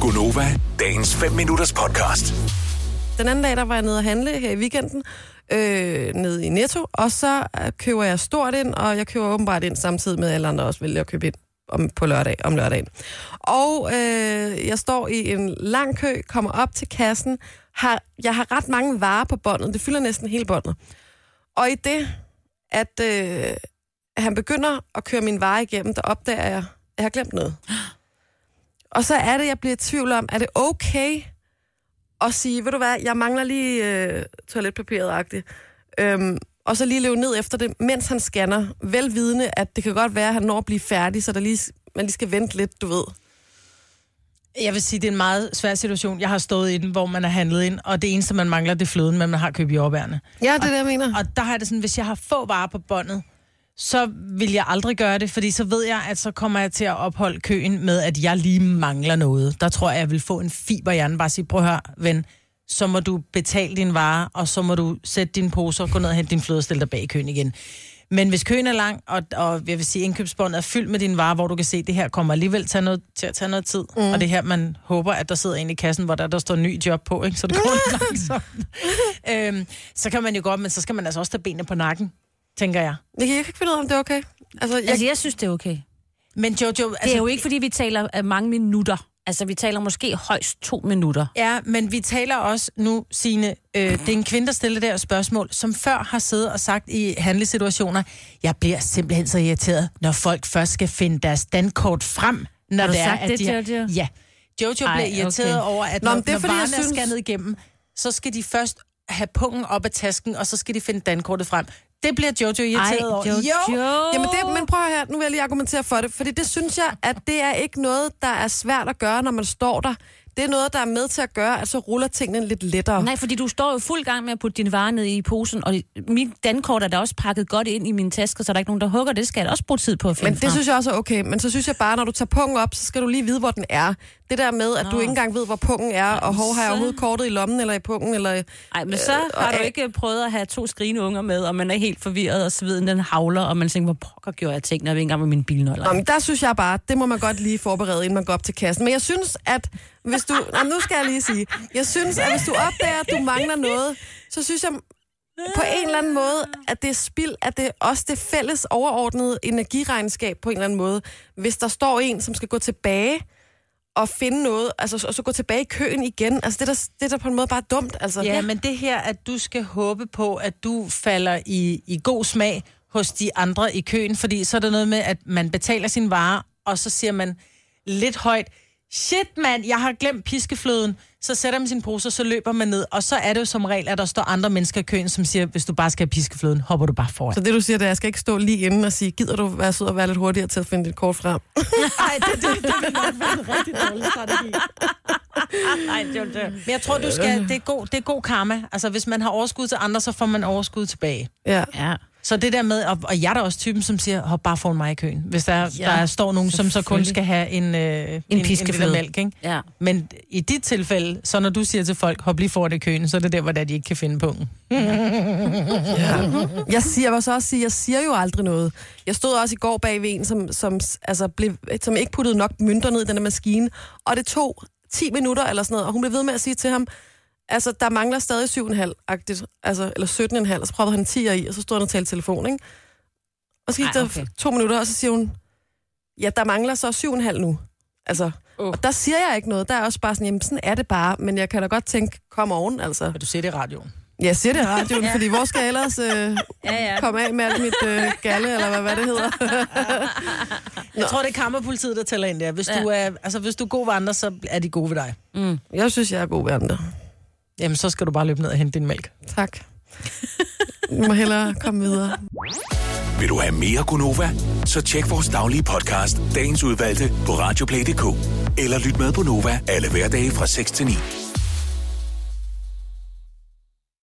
Gunova, dagens 5 minutters podcast. Den anden dag, der var jeg nede at handle her i weekenden, nede i Netto, og så køber jeg stort ind, og jeg køber åbenbart ind samtidig med, at alle andre også vælger at købe ind om lørdagen. Og jeg står i en lang kø, kommer op til kassen, jeg har ret mange varer på båndet, det fylder næsten hele båndet. Og i det, at han begynder at køre mine varer igennem, der opdager jeg, at jeg har glemt noget. Og så er det, jeg bliver i tvivl om, er det okay at sige, ved du hvad, jeg mangler lige toiletpapiret-agtigt. Og så lige løbe ned efter det, mens han scanner, velvidende, at det kan godt være, at han når at blive færdig, så man lige skal vente lidt, du ved. Jeg vil sige, det er en meget svær situation. Jeg har stået i den, hvor man er handlet ind, og det eneste, man mangler, det er fløden, men man har købt jordbærne. Ja, det er det, jeg mener. Og der har det sådan, hvis jeg har få varer på båndet, så vil jeg aldrig gøre det, fordi så ved jeg, at så kommer jeg til at opholde køen med, at jeg lige mangler noget. Der tror jeg vil få en fiber i hjernen. Bare sige, prøv at høre, ven, så må du betale din vare, og så må du sætte dine poser, gå ned og hente din fløde og stille dig bag i køen igen. Men hvis køen er lang, og jeg vil sige, indkøbsbåndet er fyldt med dine varer, hvor du kan se, at det her kommer alligevel til at tage noget tid. Og det her, man håber, at der sidder en i kassen, hvor der står ny job på, ikke? Så det går langsomt. Så kan man jo godt, men så skal man altså også tage benene på nakken, tænker jeg. Jeg kan ikke finde ud af, om det er okay. Altså, jeg synes, det er okay. Men Jojo... Det er jo ikke, fordi vi taler mange minutter. Altså, vi taler måske højst 2 minutter. Ja, men vi taler også nu, Signe, det er en kvinde, der stiller det her spørgsmål, som før har siddet og sagt i handlesituationer, jeg bliver simpelthen så irriteret, når folk først skal finde deres dankort frem, når har du det er, sagt at det, de Jojo? Ja. Jojo bliver irriteret over, at når varerne er scannet igennem, så skal de først have pungen op af tasken, og så skal de finde dankortet frem. Det bliver Jojo irriteret over. Jo. Jamen men prøv her, nu vil jeg lige argumentere for det, fordi det synes jeg, at det er ikke noget, der er svært at gøre, når man står der. Det er noget, der er med til at gøre, at så ruller tingene lidt lettere. Nej, fordi du står jo fuld gang med at putte dine varer ned i posen, og mit dankort er da også pakket godt ind i mine tasker, så der er ikke nogen, der hugger. Det skal jeg også bruge tid på at finde Men det synes jeg også er okay. Men så synes jeg bare, når du tager pungen op, så skal du lige vide, hvor den er. Det der med, at du ikke engang ved, hvor pungen er, og har jeg overhovedet kortet i lommen eller i pungen, eller... Nej, men så har du ikke prøvet at have 2 skrigende unger med, og man er helt forvirret, og sveden den havler, og man tænker, hvor pokker gjorde jeg ting, når jeg ikke engang med min bilnøgler. Nå, men der synes jeg bare, det må man godt lige forberede, inden man går op til kassen. Men jeg synes, at hvis du... nu skal jeg lige sige. Jeg synes, at hvis du opdager, at du mangler noget, så synes jeg på en eller anden måde, at det er spild, at det er også det fælles overordnede energiregnskab på en eller anden måde. Hvis der står en, som skal gå tilbage og finde noget, altså og så gå tilbage i køen igen. Altså det er der på en måde bare dumt. Altså. Ja, men det her, at du skal håbe på, at du falder i god smag hos de andre i køen, fordi så er der noget med, at man betaler sine varer, og så siger man lidt højt, shit mand, jeg har glemt piskefløden. Så sætter man sin pose, så løber man ned, og så er det jo som regel, at der står andre mennesker i køen, som siger, hvis du bare skal have piskefløden, hopper du bare foran. Så det du siger, det er, at jeg skal ikke stå lige inden og sige, gider du være sød og være lidt hurtigere til at finde dit kort frem? Nej, det vil nok være en rigtig dårlig strategi. Nej, det. Men jeg tror, du skal, det er god karma. Altså, hvis man har overskud til andre, så får man overskud tilbage. Ja. Så det der med, og jeg er da også typen, som siger, hop bare foran mig i køen. Hvis der står nogen, som så kun skal have en piskefløde mælk, ikke? Ja. Men i dit tilfælde, så når du siger til folk, hop lige foran i køen, så er det der, hvor de ikke kan finde pungen. Jeg siger jo aldrig noget. Jeg stod også i går bag ved en, som ikke puttede nok mønter ned i den der maskine, og det tog 10 minutter eller sådan noget, og hun blev ved med at sige til ham, altså, der mangler stadig 7,5-agtigt, altså, eller 17,5, og så prøvede han 10'er i, og så stod han og talte telefon, ikke? Og så gik der 2 minutter, og så siger hun, ja, der mangler så 7,5 nu. Altså, og der siger jeg ikke noget, der er også bare sådan, jamen, sådan er det bare, men jeg kan da godt tænke, kom oven, altså. Men du siger det i radioen. Ja, jeg siger det i radioen, fordi hvor skal jeg ellers komme af med alt mit galle, eller hvad det hedder? Jeg tror, det er kammerpolitiet, der tæller ind der. Hvis du er god ved andre, så er de gode ved dig. Mm. Jeg synes, jeg er god ved andre. Jamen, så skal du bare løbe ned og hente din mælk. Tak. Du må hellere komme videre. Vil du have mere Gunova? Så tjek vores daglige podcast, dagens udvalgte, på radioplay.dk. Eller lyt med på Nova alle hverdage fra 6 til 9.